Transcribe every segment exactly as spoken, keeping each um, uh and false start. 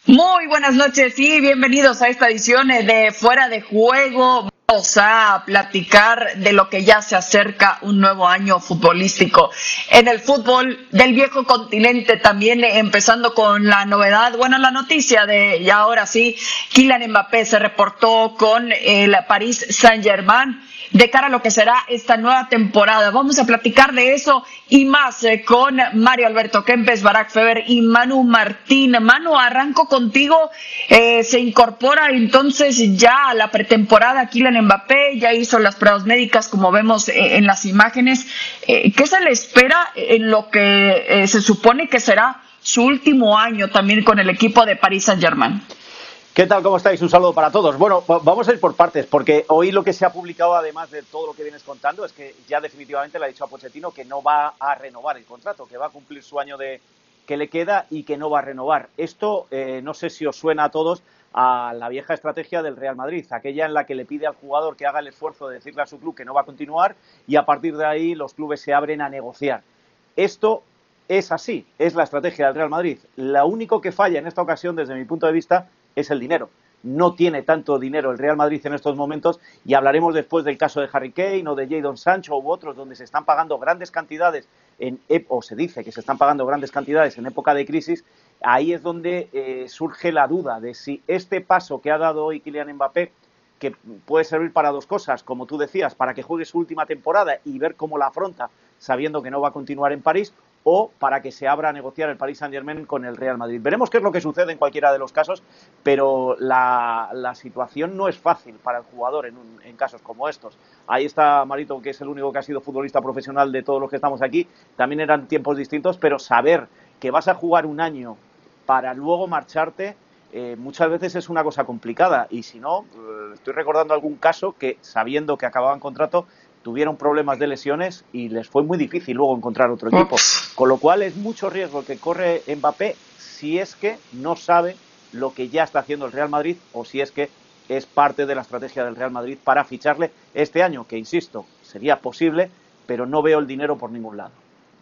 Muy buenas noches y bienvenidos a esta edición de Fuera de Juego. Vamos a platicar de lo que ya se acerca un nuevo año futbolístico en el fútbol del viejo continente, también empezando con la novedad, bueno, la noticia de, y ahora sí, Kylian Mbappé se reportó con el Paris Saint-Germain de cara a lo que será esta nueva temporada. Vamos a platicar de eso y más eh, con Mario Alberto Kempes, Barak Feber y Manu Martín. Manu, arranco contigo. Eh, se incorpora entonces ya a la pretemporada Kylian Mbappé, ya hizo las pruebas médicas como vemos eh, en las imágenes. Eh, ¿Qué se le espera en lo que eh, se supone que será su último año también con el equipo de Paris Saint-Germain? ¿Qué tal? ¿Cómo estáis? Un saludo para todos. Bueno, vamos a ir por partes, porque hoy lo que se ha publicado, además de todo lo que vienes contando, es que ya definitivamente le ha dicho a Pochettino que no va a renovar el contrato, que va a cumplir su año de que le queda y que no va a renovar. Esto, eh, no sé si os suena a todos a la vieja estrategia del Real Madrid, aquella en la que le pide al jugador que haga el esfuerzo de decirle a su club que no va a continuar y a partir de ahí los clubes se abren a negociar. Esto es así, es la estrategia del Real Madrid. Lo único que falla en esta ocasión, desde mi punto de vista, es el dinero. No tiene tanto dinero el Real Madrid en estos momentos y hablaremos después del caso de Harry Kane o de Jadon Sancho u otros donde se están pagando grandes cantidades en, o se dice que se están pagando grandes cantidades en época de crisis. Ahí es donde eh, surge la duda de si este paso que ha dado hoy Kylian Mbappé, que puede servir para dos cosas, como tú decías, para que juegue su última temporada y ver cómo la afronta sabiendo que no va a continuar en París, o para que se abra a negociar el Paris Saint-Germain con el Real Madrid. Veremos qué es lo que sucede en cualquiera de los casos, pero la, la situación no es fácil para el jugador en, un, en casos como estos. Ahí está Marito, que es el único que ha sido futbolista profesional de todos los que estamos aquí. También eran tiempos distintos, pero saber que vas a jugar un año para luego marcharte, eh, muchas veces es una cosa complicada. Y si no, eh, estoy recordando algún caso que, sabiendo que acababan contrato, tuvieron problemas de lesiones y les fue muy difícil luego encontrar otro equipo. Con lo cual es mucho riesgo que corre Mbappé si es que no sabe lo que ya está haciendo el Real Madrid o si es que es parte de la estrategia del Real Madrid para ficharle este año, que insisto, sería posible, pero no veo el dinero por ningún lado.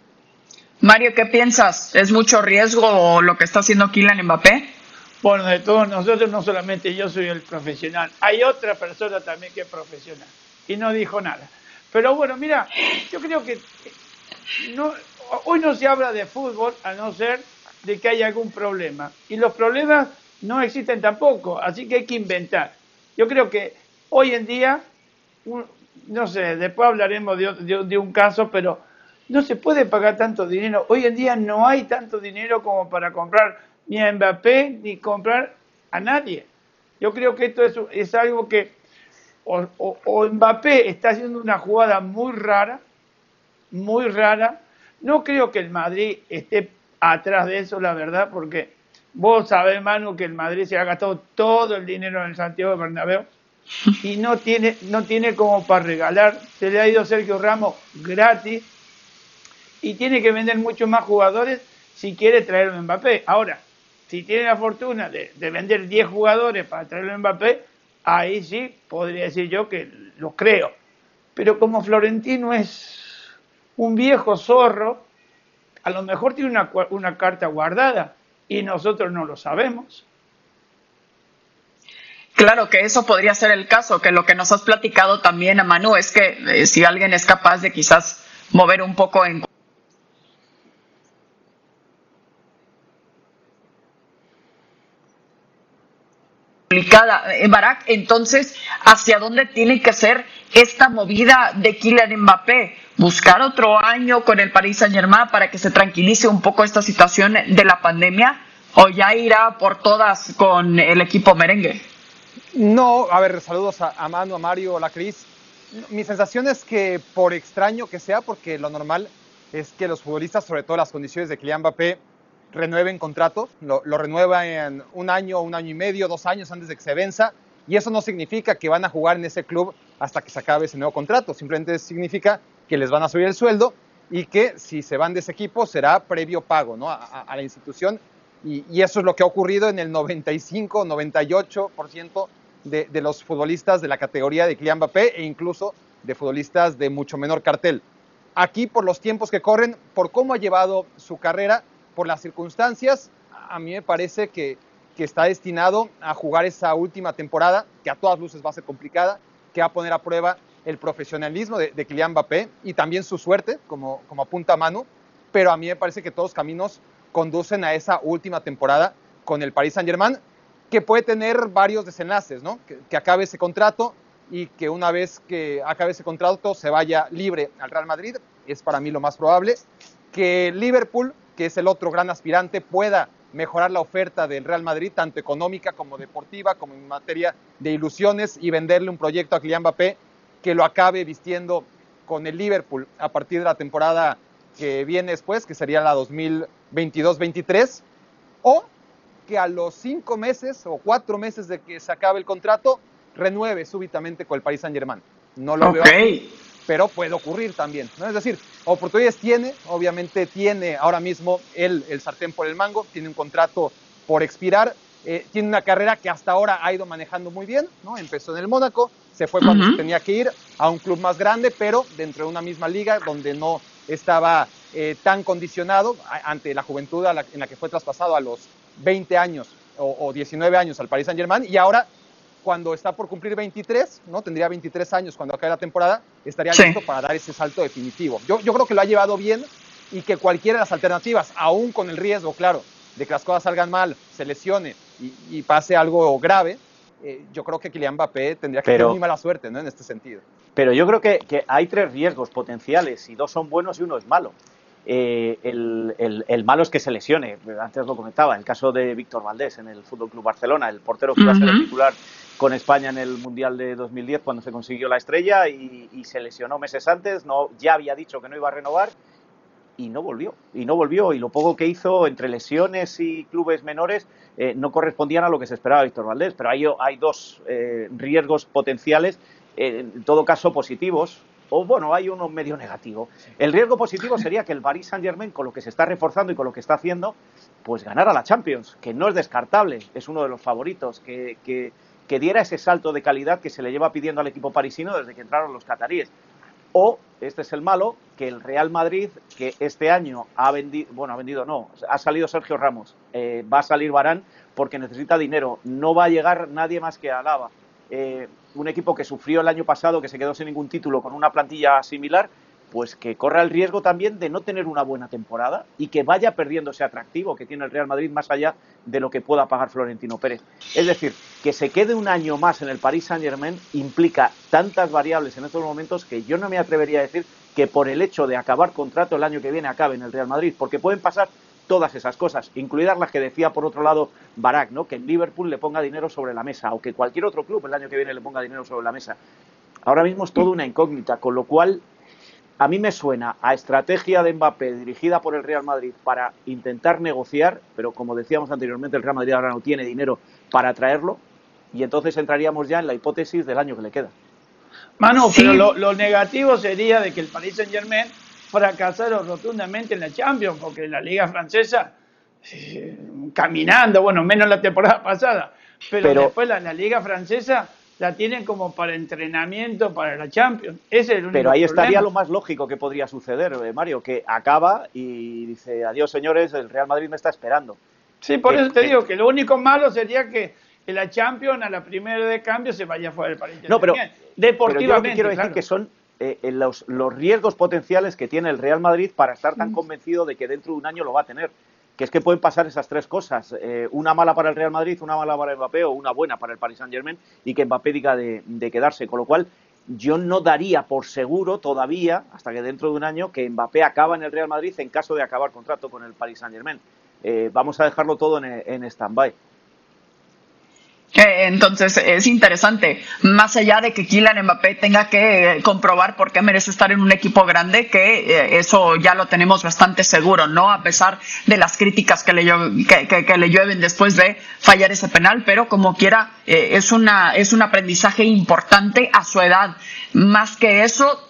Mario, ¿qué piensas? ¿Es mucho riesgo lo que está haciendo Kylian Mbappé? Bueno, de todos nosotros, no solamente yo soy el profesional, hay otra persona también que es profesional y no dijo nada. Pero bueno, mira, yo creo que no, hoy no se habla de fútbol a no ser de que haya algún problema. Y los problemas no existen tampoco, así que hay que inventar. Yo creo que hoy en día, un, no sé, después hablaremos de, de, de un caso, pero no se puede pagar tanto dinero. Hoy en día no hay tanto dinero como para comprar ni a Mbappé ni comprar a nadie. Yo creo que esto es, es algo que O, o, o Mbappé está haciendo una jugada muy rara, muy rara. No creo que el Madrid esté atrás de eso, la verdad, porque vos sabés, Manu, que el Madrid se ha gastado todo el dinero en el Santiago Bernabéu y no tiene, no tiene como para regalar. Se le ha ido Sergio Ramos gratis y tiene que vender muchos más jugadores si quiere traer a Mbappé. Ahora, si tiene la fortuna de, de vender diez jugadores para traerlo a Mbappé, ahí sí podría decir yo que lo creo. Pero como Florentino es un viejo zorro, a lo mejor tiene una, una carta guardada y nosotros no lo sabemos. Claro que eso podría ser el caso, que lo que nos has platicado también, Manu, es que eh, si alguien es capaz de quizás mover un poco en complicada, Barak, entonces, ¿hacia dónde tiene que ser esta movida de Kylian Mbappé? ¿Buscar otro año con el Paris Saint-Germain para que se tranquilice un poco esta situación de la pandemia? ¿O ya irá por todas con el equipo merengue? No, a ver, saludos a, a Manu, a Mario, hola Cris. Mi sensación es que, por extraño que sea, porque lo normal es que los futbolistas, sobre todo las condiciones de Kylian Mbappé, renueven contrato, lo, lo renuevan en un año, un año y medio, dos años antes de que se venza, y eso no significa que van a jugar en ese club hasta que se acabe ese nuevo contrato, simplemente significa que les van a subir el sueldo y que si se van de ese equipo será previo pago, ¿no? a, a, a la institución, y, y eso es lo que ha ocurrido en el noventa y cinco, noventa y ocho por ciento de, de los futbolistas de la categoría de Kylian Mbappé e incluso de futbolistas de mucho menor cartel. Aquí, por los tiempos que corren, por cómo ha llevado su carrera, por las circunstancias, a mí me parece que, que está destinado a jugar esa última temporada, que a todas luces va a ser complicada, que va a poner a prueba el profesionalismo de, de Kylian Mbappé y también su suerte, como, como apunta Manu, pero a mí me parece que todos los caminos conducen a esa última temporada con el Paris Saint-Germain, que puede tener varios desenlaces, ¿no? Que, que acabe ese contrato y que una vez que acabe ese contrato se vaya libre al Real Madrid, es para mí lo más probable. Que Liverpool, que es el otro gran aspirante, pueda mejorar la oferta del Real Madrid, tanto económica como deportiva, como en materia de ilusiones, y venderle un proyecto a Kylian Mbappé que lo acabe vistiendo con el Liverpool a partir de la temporada que viene después, que sería la dos mil veintidós veintitrés, o que a los cinco meses o cuatro meses de que se acabe el contrato, renueve súbitamente con el Paris Saint-Germain. No lo okay. veo aquí, pero puede ocurrir también, ¿no? Es decir, oportunidades tiene, obviamente tiene ahora mismo él el sartén por el mango, tiene un contrato por expirar, eh, tiene una carrera que hasta ahora ha ido manejando muy bien, ¿no? Empezó en el Mónaco, se fue cuando uh-huh. se tenía que ir a un club más grande, pero dentro de una misma liga donde no estaba eh, tan condicionado ante la juventud a la, en la que fue traspasado a los veinte años o, o diecinueve años al Paris Saint-Germain, y ahora cuando está por cumplir veintitrés, ¿no? Tendría veintitrés años cuando acabe la temporada, estaría sí. listo para dar ese salto definitivo. Yo, yo creo que lo ha llevado bien y que cualquiera de las alternativas, aún con el riesgo, claro, de que las cosas salgan mal, se lesione y, y pase algo grave, eh, yo creo que Kylian Mbappé tendría que pero, tener muy mala suerte, ¿no? En este sentido. Pero yo creo que, que hay tres riesgos potenciales y dos son buenos y uno es malo. Eh, el, el, el malo es que se lesione, antes lo comentaba, el caso de Víctor Valdés en el F C Barcelona, el portero que iba a ser el titular con España en el Mundial de dos mil diez cuando se consiguió la estrella y, y se lesionó meses antes, no, ya había dicho que no iba a renovar y no volvió, y no volvió, y lo poco que hizo entre lesiones y clubes menores eh, no correspondían a lo que se esperaba de Víctor Valdés, pero hay, hay dos eh, riesgos potenciales, eh, en todo caso positivos, o bueno, hay uno medio negativo. El riesgo positivo sería que el Paris Saint-Germain, con lo que se está reforzando y con lo que está haciendo, pues ganara la Champions, que no es descartable, es uno de los favoritos, que, que, que diera ese salto de calidad que se le lleva pidiendo al equipo parisino desde que entraron los cataríes. O, este es el malo, que el Real Madrid, que este año ha vendido, bueno, ha vendido no, ha salido Sergio Ramos, eh, va a salir Varane porque necesita dinero, no va a llegar nadie más que Alaba. Eh, un equipo que sufrió el año pasado, que se quedó sin ningún título con una plantilla similar, pues que corra el riesgo también de no tener una buena temporada y que vaya perdiendo ese atractivo que tiene el Real Madrid más allá de lo que pueda pagar Florentino Pérez. Es decir, que se quede un año más en el Paris Saint-Germain implica tantas variables en estos momentos que yo no me atrevería a decir que por el hecho de acabar contrato el año que viene acabe en el Real Madrid, porque pueden pasar todas esas cosas, incluidas las que decía por otro lado Barak, ¿no? Que el Liverpool le ponga dinero sobre la mesa o que cualquier otro club el año que viene le ponga dinero sobre la mesa. Ahora mismo es toda una incógnita, con lo cual a mí me suena a estrategia de Mbappé dirigida por el Real Madrid para intentar negociar, pero como decíamos anteriormente, el Real Madrid ahora no tiene dinero para traerlo y entonces entraríamos ya en la hipótesis del año que le queda. Manu, sí. pero lo, lo negativo sería de que el Paris Saint-Germain fracasaron rotundamente en la Champions, porque en la Liga Francesa, eh, caminando, bueno, menos la temporada pasada, pero, pero después la, la Liga Francesa la tienen como para entrenamiento para la Champions. Ese es el único Pero ahí problema. Estaría lo más lógico que podría suceder, eh, Mario, que acaba y dice, adiós señores, el Real Madrid me está esperando. Sí, por eh, eso te eh, digo que lo único malo sería que en la Champions a la primera de cambio se vaya fuera del Paris Saint-Germain. No, pero, deportivamente, pero yo lo que quiero claro. decir que son eh, los, los riesgos potenciales que tiene el Real Madrid para estar tan convencido de que dentro de un año lo va a tener. Que es que pueden pasar esas tres cosas, eh, una mala para el Real Madrid, una mala para Mbappé o una buena para el Paris Saint-Germain y que Mbappé diga de, de quedarse. Con lo cual, yo no daría por seguro todavía, hasta que dentro de un año, que Mbappé acaba en el Real Madrid en caso de acabar contrato con el Paris Saint-Germain. Eh, vamos a dejarlo todo en, en stand-by. Entonces es interesante, más allá de que Kylian Mbappé tenga que comprobar por qué merece estar en un equipo grande, que eso ya lo tenemos bastante seguro, ¿no? A pesar de las críticas que le, que, que, que le llueven después de fallar ese penal, pero como quiera, eh, es una es un aprendizaje importante a su edad. Más que eso,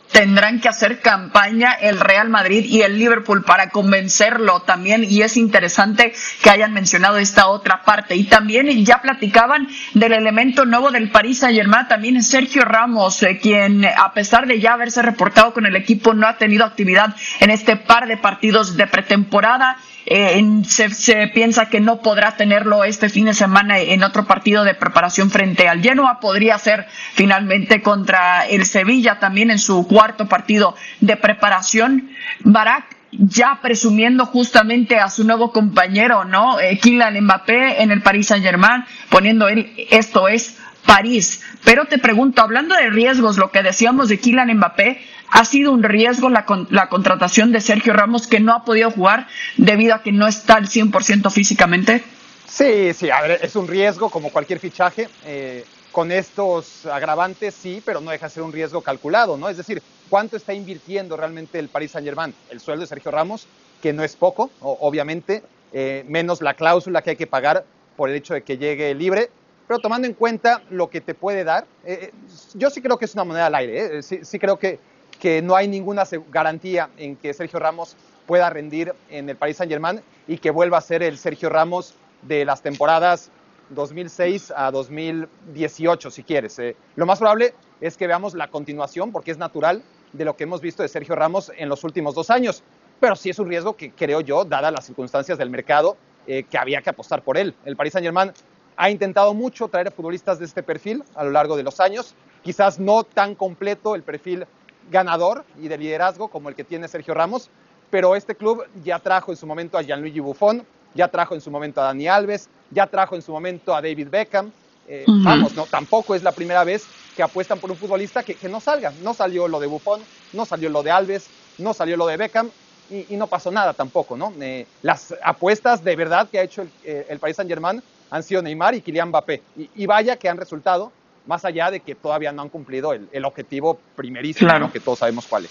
tendrán que hacer campaña el Real Madrid y el Liverpool para convencerlo también, y es interesante que hayan mencionado esta otra parte. Y también ya platicaban del elemento nuevo del Paris Saint-Germain, también Sergio Ramos, eh, quien a pesar de ya haberse reportado con el equipo no ha tenido actividad en este par de partidos de pretemporada. Eh, se, se piensa que no podrá tenerlo este fin de semana en otro partido de preparación frente al Genoa. Podría ser finalmente contra el Sevilla también en su cuarto partido de preparación. Barak ya presumiendo justamente a su nuevo compañero, ¿no? Eh, Kylian Mbappé en el Paris Saint-Germain, poniendo él, esto es París. Pero te pregunto, hablando de riesgos, lo que decíamos de Kylian Mbappé, ¿ha sido un riesgo la, la contratación de Sergio Ramos, que no ha podido jugar debido a que no está al cien por ciento físicamente? Sí, sí, a ver, es un riesgo como cualquier fichaje. Eh, con estos agravantes sí, pero no deja de ser un riesgo calculado, ¿no? Es decir, ¿cuánto está invirtiendo realmente el Paris Saint-Germain? El sueldo de Sergio Ramos, que no es poco, obviamente, eh, menos la cláusula que hay que pagar por el hecho de que llegue libre. Pero tomando en cuenta lo que te puede dar, eh, yo sí creo que es una moneda al aire, eh, sí, sí creo que que no hay ninguna garantía en que Sergio Ramos pueda rendir en el Paris Saint-Germain y que vuelva a ser el Sergio Ramos de las temporadas dos mil seis a dos mil dieciocho, si quieres. Eh, lo más probable es que veamos la continuación, porque es natural, de lo que hemos visto de Sergio Ramos en los últimos dos años. Pero sí es un riesgo que, creo yo, dadas las circunstancias del mercado, eh, que había que apostar por él. El Paris Saint-Germain ha intentado mucho traer a futbolistas de este perfil a lo largo de los años. Quizás no tan completo el perfil ganador y de liderazgo como el que tiene Sergio Ramos, pero este club ya trajo en su momento a Gianluigi Buffon, ya trajo en su momento a Dani Alves, ya trajo en su momento a David Beckham. Eh, uh-huh. Vamos, no, tampoco es la primera vez que apuestan por un futbolista que, que no salga. No salió lo de Buffon, no salió lo de Alves, no salió lo de Beckham y, y no pasó nada tampoco, ¿no? Eh, las apuestas de verdad que ha hecho el, eh, el Paris Saint-Germain han sido Neymar y Kylian Mbappé, y, y vaya que han resultado, más allá de que todavía no han cumplido el, el objetivo primerísimo, claro, ¿no? Que todos sabemos cuál es.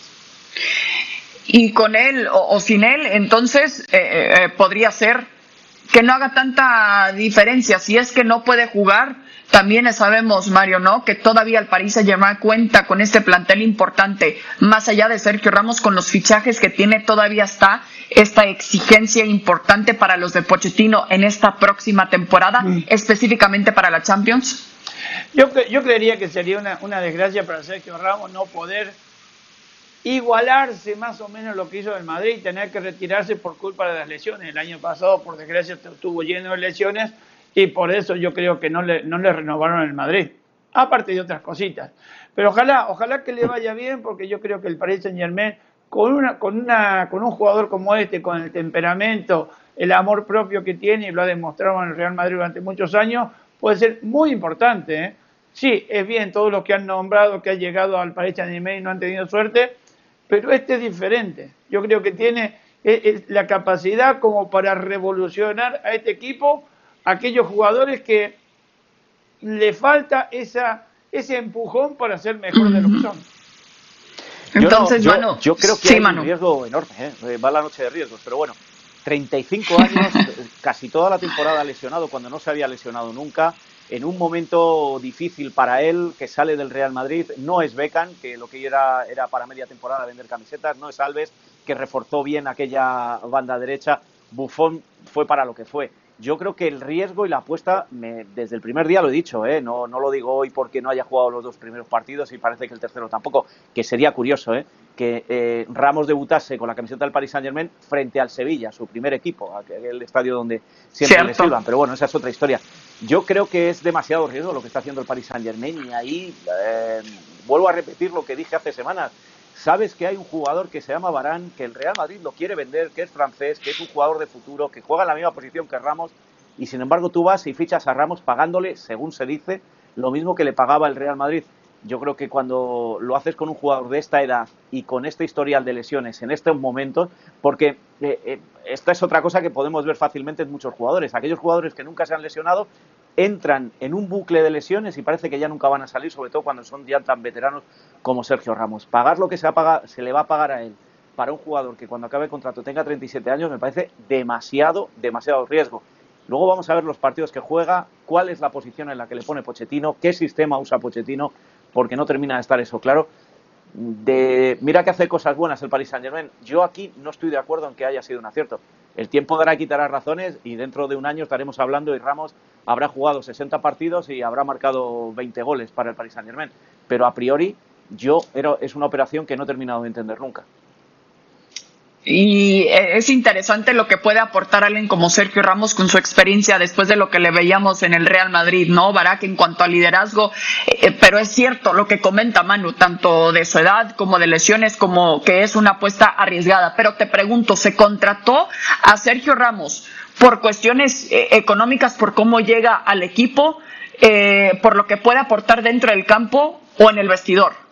Y con él o, o sin él, entonces eh, eh, podría ser que no haga tanta diferencia. Si es que no puede jugar, también sabemos, Mario, ¿no?, que todavía el Paris Saint-Germain cuenta con este plantel importante. Más allá de Sergio Ramos, con los fichajes que tiene, todavía está esta exigencia importante para los de Pochettino en esta próxima temporada, mm. específicamente para la Champions. Yo, yo creería que sería una, una desgracia para Sergio Ramos no poder igualarse más o menos lo que hizo el Madrid, tener que retirarse por culpa de las lesiones. El año pasado, por desgracia, estuvo lleno de lesiones y por eso yo creo que no le, no le renovaron el Madrid, aparte de otras cositas. Pero ojalá, ojalá que le vaya bien, porque yo creo que el Paris Saint-Germain, con, una, con, una, con un jugador como este, con el temperamento, el amor propio que tiene, y lo ha demostrado en el Real Madrid durante muchos años, puede ser muy importante, ¿eh? Sí, es bien todos los que han nombrado que han llegado al Paris Saint-Germain y no han tenido suerte, pero este es diferente. Yo creo que tiene es, es la capacidad como para revolucionar a este equipo, a aquellos jugadores que le falta esa, ese empujón para ser mejor de lo que son. Entonces, yo, no, Manu, yo, yo creo que sí, hay Manu. un riesgo enorme, ¿eh? Va la noche de riesgos, pero bueno, treinta y cinco años, casi toda la temporada lesionado, cuando no se había lesionado nunca, en un momento difícil para él, que sale del Real Madrid. No es Beckham, que lo que era era para media temporada vender camisetas, no es Alves, que reforzó bien aquella banda derecha. Buffon fue para lo que fue. Yo creo que el riesgo y la apuesta, me, desde el primer día lo he dicho, ¿eh? no, no lo digo hoy porque no haya jugado los dos primeros partidos y parece que el tercero tampoco, que sería curioso, ¿eh? que eh, Ramos debutase con la camiseta del Paris Saint-Germain frente al Sevilla, su primer equipo, aquel estadio donde siempre le silban, pero bueno, esa es otra historia. Yo creo que es demasiado riesgo lo que está haciendo el Paris Saint-Germain, y ahí eh, vuelvo a repetir lo que dije hace semanas. Sabes que hay un jugador que se llama Varane, que el Real Madrid lo quiere vender, que es francés, que es un jugador de futuro, que juega en la misma posición que Ramos, y sin embargo tú vas y fichas a Ramos pagándole, según se dice, lo mismo que le pagaba el Real Madrid. Yo creo que cuando lo haces con un jugador de esta edad y con este historial de lesiones en estos momentos, porque eh, eh, esta es otra cosa que podemos ver fácilmente en muchos jugadores, aquellos jugadores que nunca se han lesionado entran en un bucle de lesiones y parece que ya nunca van a salir, sobre todo cuando son ya tan veteranos como Sergio Ramos. Pagar lo que se, ha pagado, se le va a pagar a él para un jugador que cuando acabe el contrato tenga treinta y siete años me parece demasiado, demasiado riesgo. Luego vamos a ver los partidos que juega, cuál es la posición en la que le pone Pochettino, qué sistema usa Pochettino, porque no termina de estar eso claro. de mira que hace cosas buenas el Paris Saint-Germain. Yo aquí no estoy de acuerdo en que haya sido un acierto. El tiempo dará y quitará razones y dentro de un año estaremos hablando y Ramos habrá jugado sesenta partidos y habrá marcado veinte goles para el Paris Saint-Germain. Pero a priori, yo era, es una operación que no he terminado de entender nunca. Y es interesante lo que puede aportar alguien como Sergio Ramos con su experiencia después de lo que le veíamos en el Real Madrid, ¿no, Barak? En cuanto a liderazgo, eh, pero es cierto lo que comenta Manu, tanto de su edad como de lesiones, como que es una apuesta arriesgada. Pero te pregunto, ¿se contrató a Sergio Ramos por cuestiones eh, económicas, por cómo llega al equipo, eh, por lo que puede aportar dentro del campo o en el vestidor?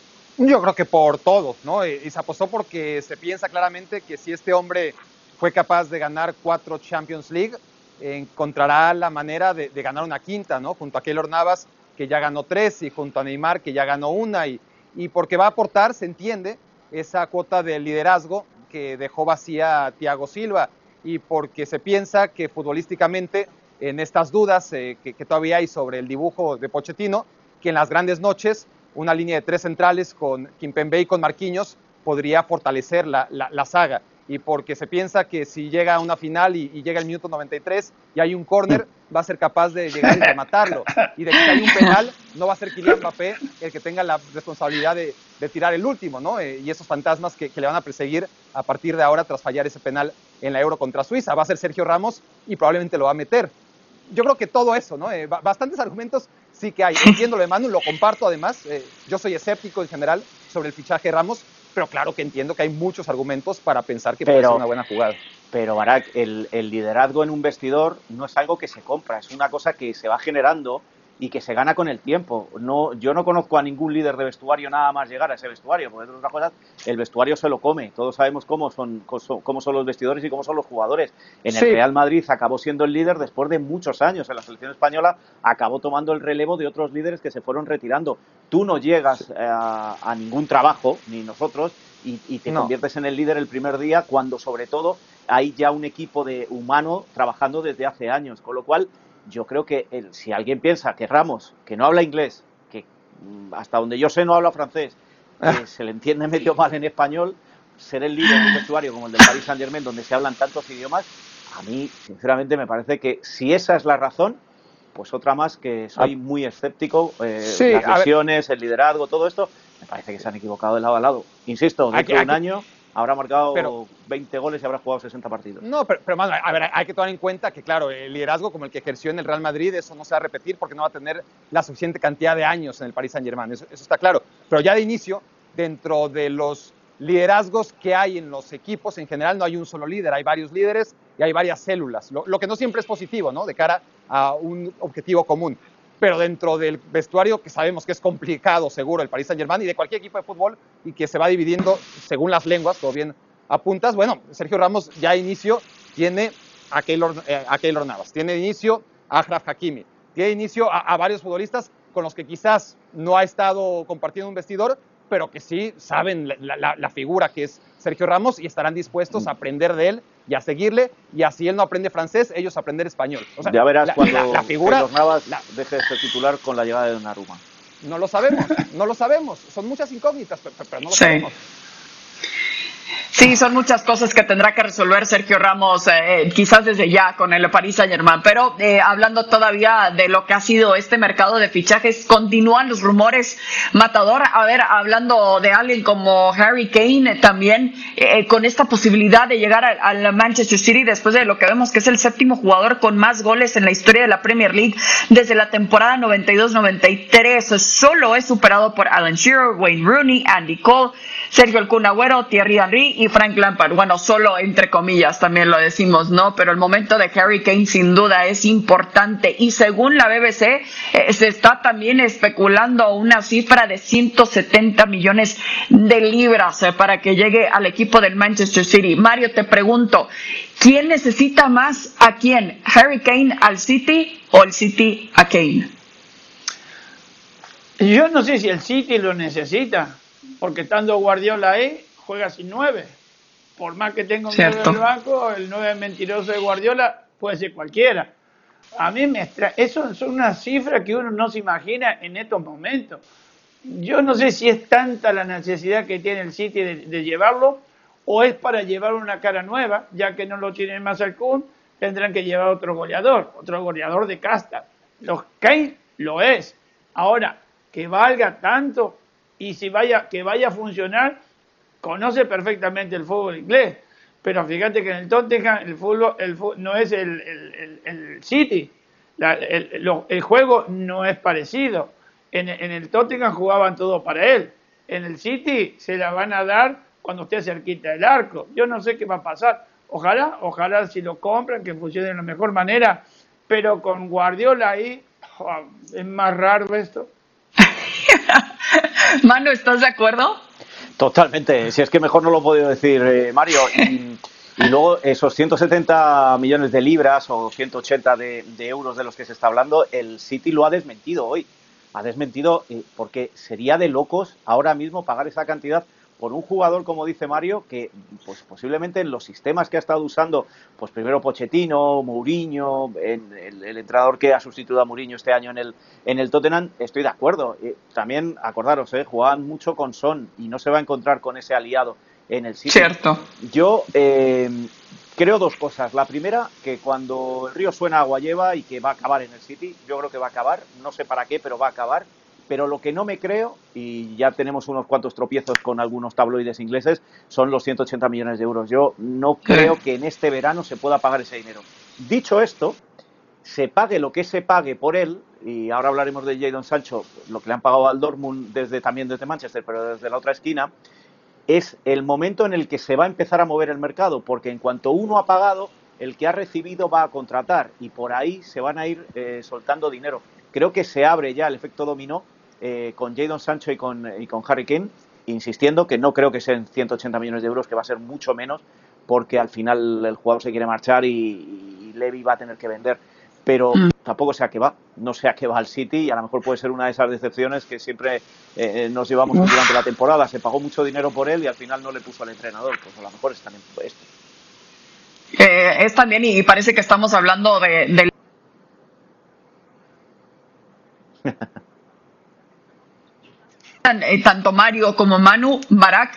Yo creo que por todo, ¿no? Y se apostó porque se piensa claramente que si este hombre fue capaz de ganar cuatro Champions League, encontrará la manera de, de ganar una quinta, ¿no? Junto a Keylor Navas, que ya ganó tres, y junto a Neymar, que ya ganó una, y, y porque va a aportar, se entiende, esa cuota de liderazgo que dejó vacía Thiago Silva, y porque se piensa que futbolísticamente, en estas dudas eh, que, que todavía hay sobre el dibujo de Pochettino, que en las grandes noches una línea de tres centrales con Kimpembe y con Marquinhos podría fortalecer la, la, la saga, y porque se piensa que si llega a una final y, y llega el minuto noventa y tres y hay un córner, va a ser capaz de llegar y rematarlo, y de que si hay un penal, no va a ser Kylian Mbappé el que tenga la responsabilidad de, de tirar el último, ¿no? Eh, y esos fantasmas que, que le van a perseguir a partir de ahora tras fallar ese penal en la Euro contra Suiza, va a ser Sergio Ramos y probablemente lo va a meter. Yo creo que todo eso, ¿no? Eh, bastantes argumentos sí que hay. Entiendo lo de Manu, lo comparto además. Eh, yo soy escéptico en general sobre el fichaje de Ramos, pero claro que entiendo que hay muchos argumentos para pensar que pero, puede ser una buena jugada. Pero, Barak, el, el liderazgo en un vestidor no es algo que se compra, es una cosa que se va generando y que se gana con el tiempo. No, yo no conozco a ningún líder de vestuario nada más llegar a ese vestuario, porque entre otras cosas, el vestuario se lo come. Todos sabemos cómo son, cómo son los vestidores y cómo son los jugadores. En sí. El Real Madrid acabó siendo el líder después de muchos años. En la selección española acabó tomando el relevo de otros líderes que se fueron retirando. Tú no llegas sí. a, a ningún trabajo, ni nosotros, y, y te no. conviertes en el líder el primer día, cuando sobre todo hay ya un equipo de humano trabajando desde hace años. Con lo cual, yo creo que el, si alguien piensa que Ramos, que no habla inglés, que hasta donde yo sé no habla francés, que ah. se le entiende medio mal en español, ser el líder de un vestuario como el del Paris Saint-Germain, donde se hablan tantos idiomas, a mí, sinceramente, me parece que si esa es la razón, pues otra más que soy muy escéptico. Eh, sí, las lesiones, el liderazgo, todo esto, me parece que se han equivocado de lado a lado. Insisto, dentro de un año habrá marcado pero, veinte goles y habrá jugado sesenta partidos. No, pero, pero mano, a ver, hay que tomar en cuenta que, claro, el liderazgo como el que ejerció en el Real Madrid, eso no se va a repetir porque no va a tener la suficiente cantidad de años en el Paris Saint-Germain, eso, eso está claro. Pero ya de inicio, dentro de los liderazgos que hay en los equipos, en general no hay un solo líder, hay varios líderes y hay varias células, lo, lo que no siempre es positivo, ¿no? De cara a un objetivo común. Pero dentro del vestuario, que sabemos que es complicado, seguro, el Paris Saint-Germain y de cualquier equipo de fútbol, y que se va dividiendo según las lenguas, todo bien apuntas, bueno, Sergio Ramos ya a inicio tiene a Keylor, eh, a Keylor Navas, tiene de inicio a Achraf Hakimi, tiene de inicio a, a varios futbolistas con los que quizás no ha estado compartiendo un vestidor, pero que sí saben la, la, la figura que es Sergio Ramos y estarán dispuestos a aprender de él y a seguirle, y así él no aprende francés, ellos aprender español. O sea, ya verás la, cuando la, la figura, Keylor Navas la, deje de ser titular con la llegada de Donnarumma. No lo sabemos, no lo sabemos. Son muchas incógnitas, pero, pero no lo sí. sabemos. Sí, son muchas cosas que tendrá que resolver Sergio Ramos, eh, quizás desde ya con el Paris Saint-Germain. Pero eh, hablando todavía de lo que ha sido este mercado de fichajes, continúan los rumores, Matador. A ver, hablando de alguien como Harry Kane, también eh, con esta posibilidad de llegar al, al Manchester City después de lo que vemos que es el séptimo jugador con más goles en la historia de la Premier League desde la temporada noventa y dos noventa y tres. Solo es superado por Alan Shearer, Wayne Rooney, Andy Cole, Sergio El Kun Agüero, Thierry Henry y Frank Lampard. Bueno, solo entre comillas también lo decimos, ¿no? Pero el momento de Harry Kane sin duda es importante, y según la B B C eh, se está también especulando una cifra de ciento setenta millones de libras eh, para que llegue al equipo del Manchester City. Mario, te pregunto, ¿quién necesita más a quién? ¿Harry Kane al City o el City a Kane? Yo no sé si el City lo necesita, porque estando Guardiola ahí, juega sin nueve. Por más que tenga un nueve en el banco, el nueve mentiroso de Guardiola puede ser cualquiera. A mí me extrae. Eso son unas cifras que uno no se imagina en estos momentos. yo no sé si es tanta la necesidad que tiene el City de, de llevarlo, o es para llevar una cara nueva, ya que no lo tienen más al Kun, tendrán que llevar otro goleador, otro goleador de casta. Los Kane lo es. Ahora, que valga tanto y si vaya, que vaya a funcionar, conoce perfectamente el fútbol inglés. Pero fíjate que en el Tottenham el fútbol, el fútbol no es el, el, el, el City. La, el, lo, el juego no es parecido. En, en el Tottenham jugaban todo para él. En el City se la van a dar cuando esté cerquita del arco. Yo no sé qué va a pasar. Ojalá, ojalá si lo compran, que funcione de la mejor manera. Pero con Guardiola ahí, oh, es más raro esto. Manu, ¿estás de acuerdo? Totalmente, si es que mejor no lo he podido decir, eh, Mario. Y, y luego esos ciento setenta millones de libras o ciento ochenta de, de euros de los que se está hablando, el City lo ha desmentido hoy. Ha desmentido eh, porque sería de locos ahora mismo pagar esa cantidad por un jugador, como dice Mario, que pues posiblemente en los sistemas que ha estado usando, pues primero Pochettino, Mourinho, en el, el entrenador que ha sustituido a Mourinho este año en el, en el Tottenham, estoy de acuerdo. Eh, también, acordaros, eh, jugaban mucho con Son y no se va a encontrar con ese aliado en el City. Cierto. Yo eh, creo dos cosas. La primera, que cuando el río suena agua lleva y que va a acabar en el City, yo creo que va a acabar, no sé para qué, pero va a acabar. Pero lo que no me creo, y ya tenemos unos cuantos tropiezos con algunos tabloides ingleses, son los ciento ochenta millones de euros. Yo no creo que en este verano se pueda pagar ese dinero. Dicho esto, se pague lo que se pague por él, y ahora hablaremos de Jadon Sancho, lo que le han pagado al Dortmund desde, también desde Manchester, pero desde la otra esquina, es el momento en el que se va a empezar a mover el mercado, porque en cuanto uno ha pagado, el que ha recibido va a contratar, y por ahí se van a ir eh, soltando dinero. Creo que se abre ya el efecto dominó eh, con Jadon Sancho y con, y con Harry Kane, insistiendo que no creo que sean ciento ochenta millones de euros, que va a ser mucho menos, porque al final el jugador se quiere marchar y, y Levy va a tener que vender. Pero mm. tampoco sé a qué va, no sé a qué va el City, y a lo mejor puede ser una de esas decepciones que siempre eh, nos llevamos mm. durante la temporada. Se pagó mucho dinero por él y al final no le puso al entrenador, pues a lo mejor es también esto. Eh, es también, y parece que estamos hablando de... de... tanto Mario como Manu, Barak,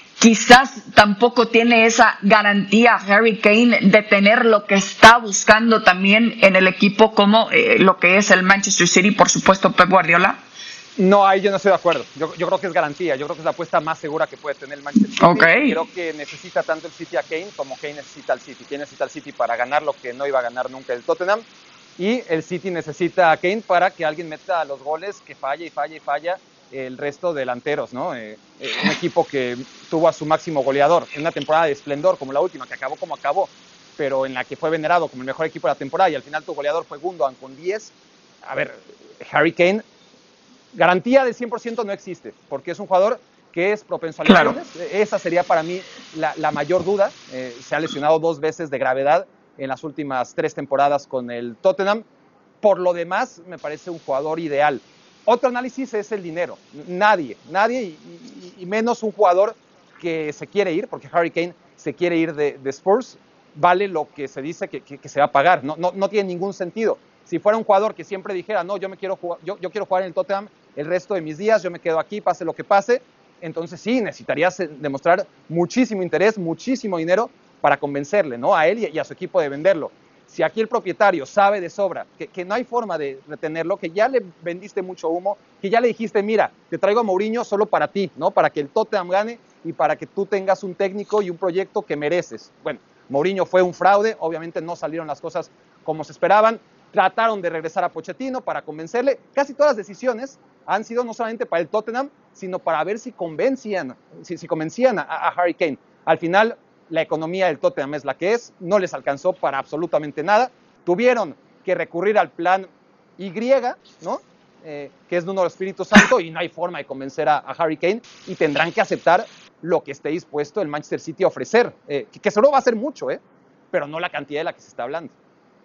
quizás tampoco tiene esa garantía Harry Kane de tener lo que está buscando también en el equipo como eh, lo que es el Manchester City, por supuesto Pep Guardiola. No, ahí yo no estoy de acuerdo. Yo, yo creo que es garantía. Yo creo que es la apuesta más segura que puede tener el Manchester City. Okay. Creo que necesita tanto el City a Kane como Kane necesita al City. Kane necesita al City para ganar lo que no iba a ganar nunca el Tottenham. Y el City necesita a Kane para que alguien meta los goles que falla y falla y falla el resto de delanteros, ¿no? Eh, eh, un equipo que tuvo a su máximo goleador en una temporada de esplendor como la última, que acabó como acabó, pero en la que fue venerado como el mejor equipo de la temporada, y al final tu goleador fue Gundogan con diez. A ver, Harry Kane, garantía de cien por ciento no existe, porque es un jugador que es propenso a lesiones. Claro. Esa sería para mí la, la mayor duda. Eh, se ha lesionado dos veces de gravedad en las últimas tres temporadas con el Tottenham. Por lo demás, me parece un jugador ideal. Otro análisis es el dinero. Nadie, nadie, y, y, y menos un jugador que se quiere ir, porque Harry Kane se quiere ir de, de Spurs, vale lo que se dice que, que, que se va a pagar. No, no, no tiene ningún sentido. Si fuera un jugador que siempre dijera, no, yo, me quiero jugar, yo, yo quiero jugar en el Tottenham el resto de mis días, yo me quedo aquí, pase lo que pase, entonces sí, necesitarías demostrar muchísimo interés, muchísimo dinero para convencerle, ¿no? A él y a su equipo de venderlo. Si aquí el propietario sabe de sobra que, que no hay forma de retenerlo, que ya le vendiste mucho humo, que ya le dijiste, mira, te traigo a Mourinho solo para ti, ¿no? Para que el Tottenham gane y para que tú tengas un técnico y un proyecto que mereces. Bueno, Mourinho fue un fraude, obviamente no salieron las cosas como se esperaban, trataron de regresar a Pochettino para convencerle. Casi todas las decisiones han sido no solamente para el Tottenham, sino para ver si convencían, si, si convencían a, a Harry Kane. Al final, la economía del Tottenham es la que es, no les alcanzó para absolutamente nada, tuvieron que recurrir al plan Y, ¿no? Eh, que es de uno del Espíritu Santo, y no hay forma de convencer a, a Harry Kane, y tendrán que aceptar lo que esté dispuesto el Manchester City a ofrecer, eh, que, que solo va a ser mucho, eh, pero no la cantidad de la que se está hablando.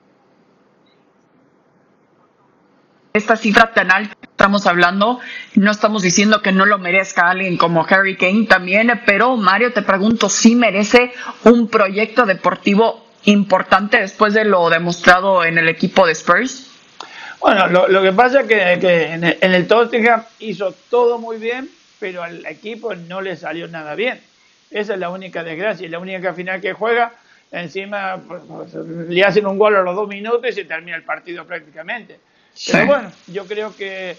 Esta cifra tan alta que estamos hablando, no estamos diciendo que no lo merezca alguien como Harry Kane también, pero Mario, te pregunto, ¿sí merece un proyecto deportivo importante después de lo demostrado en el equipo de Spurs? Bueno, lo, lo que pasa es que, que en, el, en el Tottenham hizo todo muy bien, pero al equipo no le salió nada bien. Esa es la única desgracia, y la única final que juega, encima pues, pues, le hacen un gol a los dos minutos y se termina el partido prácticamente. Sí. Pero bueno, yo creo que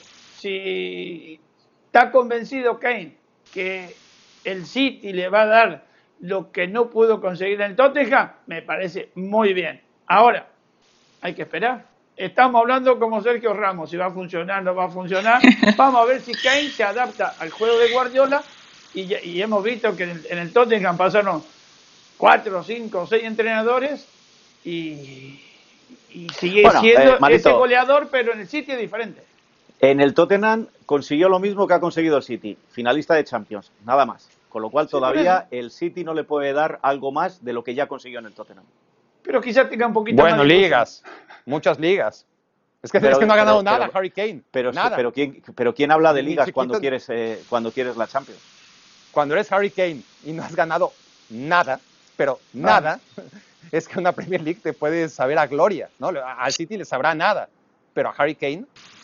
si está convencido Kane que el City le va a dar lo que no pudo conseguir en el Tottenham, me parece muy bien. Ahora, hay que esperar. Estamos hablando como Sergio Ramos, si va a funcionar, no va a funcionar. Vamos a ver si Kane se adapta al juego de Guardiola, y, y hemos visto que en el, en el Tottenham pasaron cuatro, cinco, seis entrenadores y, y sigue bueno, siendo eh, ese goleador, pero en el City es diferente. En el Tottenham consiguió lo mismo que ha conseguido el City, finalista de Champions, nada más. Con lo cual sí, todavía el City no le puede dar algo más de lo que ya consiguió en el Tottenham. Pero quizás tenga un poquito bueno, más de ligas, cosas. Muchas ligas. Es que, pero, es que no ha ganado pero, nada, pero, Harry Kane. Pero, nada. pero, ¿quién, pero ¿quién habla de ligas cuando quieres, eh, cuando quieres la Champions? Cuando eres Harry Kane y no has ganado nada, pero nada, ah. es que una Premier League te puede saber a gloria, ¿no? Al City le sabrá nada, pero a Harry Kane...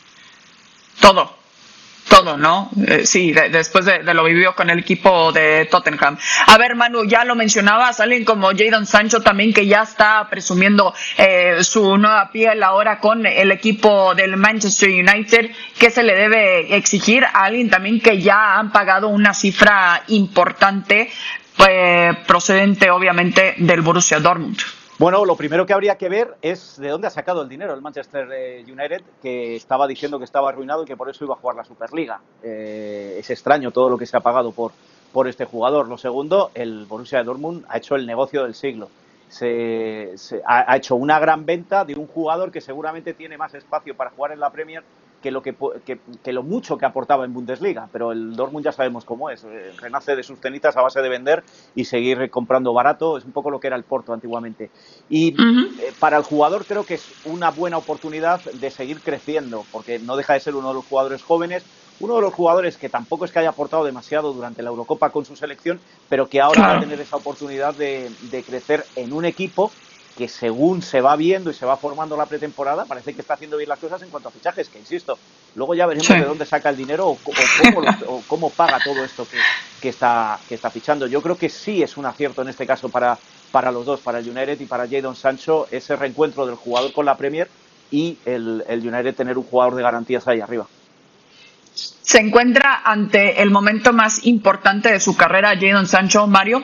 Todo. Todo, ¿no? Eh, sí, de, después de, de lo vivió con el equipo de Tottenham. A ver, Manu, ya lo mencionabas, alguien como Jadon Sancho también, que ya está presumiendo eh, su nueva piel ahora con el equipo del Manchester United. ¿Qué se le debe exigir a alguien también que ya han pagado una cifra importante, eh, procedente obviamente del Borussia Dortmund? Bueno, lo primero que habría que ver es de dónde ha sacado el dinero el Manchester United, que estaba diciendo que estaba arruinado y que por eso iba a jugar la Superliga. Eh, es extraño todo lo que se ha pagado por, por este jugador. Lo segundo, el Borussia Dortmund ha hecho el negocio del siglo. Se, se ha, ha hecho una gran venta de un jugador que seguramente tiene más espacio para jugar en la Premier que lo, que, que, que lo mucho que aportaba en Bundesliga, pero el Dortmund ya sabemos cómo es, renace de sus cenizas a base de vender y seguir comprando barato, es un poco lo que era el Porto antiguamente. Y uh-huh. eh, para el jugador creo que es una buena oportunidad de seguir creciendo, porque no deja de ser uno de los jugadores jóvenes, uno de los jugadores que tampoco es que haya aportado demasiado durante la Eurocopa con su selección, pero que ahora claro. va a tener esa oportunidad de, de crecer en un equipo que según se va viendo y se va formando la pretemporada, parece que está haciendo bien las cosas en cuanto a fichajes, que insisto, luego ya veremos sí. de dónde saca el dinero o, o, cómo, lo, o cómo paga todo esto que, que, está, que está fichando. Yo creo que sí es un acierto en este caso para, para los dos, para el United y para Jadon Sancho, ese reencuentro del jugador con la Premier y el, el United tener un jugador de garantías ahí arriba. ¿Se encuentra ante el momento más importante de su carrera Jadon Sancho, Mario?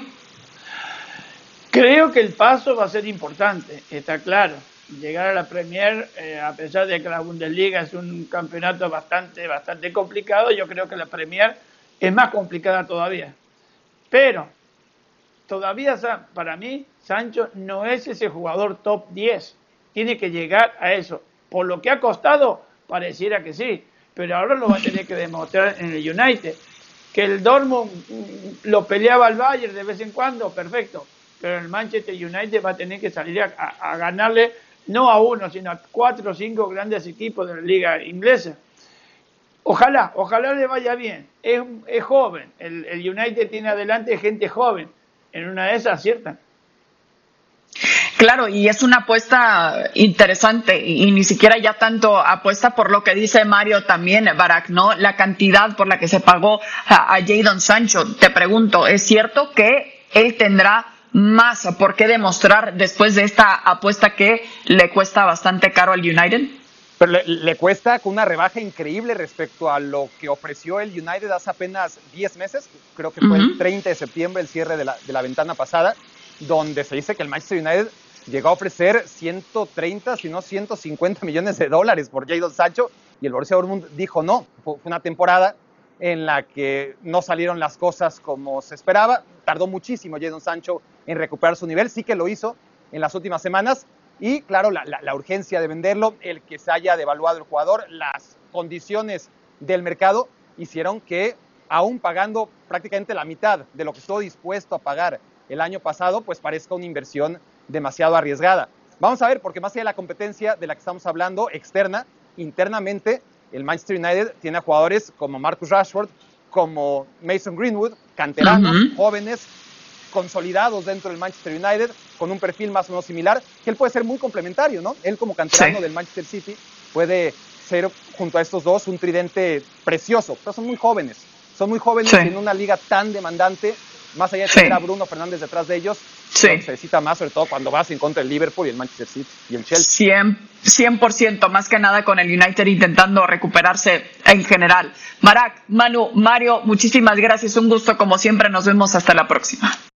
Creo que el paso va a ser importante, está claro. Llegar a la Premier, eh, a pesar de que la Bundesliga es un campeonato bastante, bastante complicado, yo creo que la Premier es más complicada todavía. Pero todavía, para mí, Sancho no es ese jugador top diez. Tiene que llegar a eso. Por lo que ha costado, pareciera que sí. Pero ahora lo va a tener que demostrar en el United. Que el Dortmund lo peleaba al Bayern de vez en cuando, perfecto. Pero el Manchester United va a tener que salir a, a, a ganarle no a uno, sino a cuatro o cinco grandes equipos de la liga inglesa. Ojalá, ojalá le vaya bien. Es, es joven. El, el United tiene adelante gente joven. En una de esas aciertan. Claro, y es una apuesta interesante y, y ni siquiera ya tanto apuesta por lo que dice Mario también, Barak, ¿no? La cantidad por la que se pagó a, a Jadon Sancho. Te pregunto, ¿es cierto que él tendrá más por qué demostrar después de esta apuesta que le cuesta bastante caro al United? Pero le, le cuesta con una rebaja increíble respecto a lo que ofreció el United hace apenas diez meses, creo que fue uh-huh. el treinta de septiembre, el cierre de la, de la ventana pasada, donde se dice que el Manchester United llegó a ofrecer ciento treinta, si no ciento cincuenta millones de dólares por Jadon Sancho, y el Borussia Dortmund dijo no. Fue una temporada en la que no salieron las cosas como se esperaba. Tardó muchísimo Jadon Sancho en recuperar su nivel, sí que lo hizo en las últimas semanas, y claro, la, la, la urgencia de venderlo, el que se haya devaluado el jugador, las condiciones del mercado hicieron que, aún pagando prácticamente la mitad de lo que estuvo dispuesto a pagar el año pasado, pues parezca una inversión demasiado arriesgada. Vamos a ver, porque más allá de la competencia de la que estamos hablando, externa, internamente, el Manchester United tiene a jugadores como Marcus Rashford, como Mason Greenwood, canteranos, uh-huh. jóvenes, consolidados dentro del Manchester United, con un perfil más o menos similar, que él puede ser muy complementario, ¿no? Él como canterano sí. del Manchester City puede ser, junto a estos dos, un tridente precioso. Pero son muy jóvenes, son muy jóvenes sí. en una liga tan demandante, más allá de tener sí. a Bruno Fernández detrás de ellos, sí. se necesita más, sobre todo cuando vas en contra del Liverpool y el Manchester City y el Chelsea. cien por ciento, más que nada con el United intentando recuperarse en general. Barak, Manu, Mario, muchísimas gracias, un gusto como siempre, nos vemos hasta la próxima.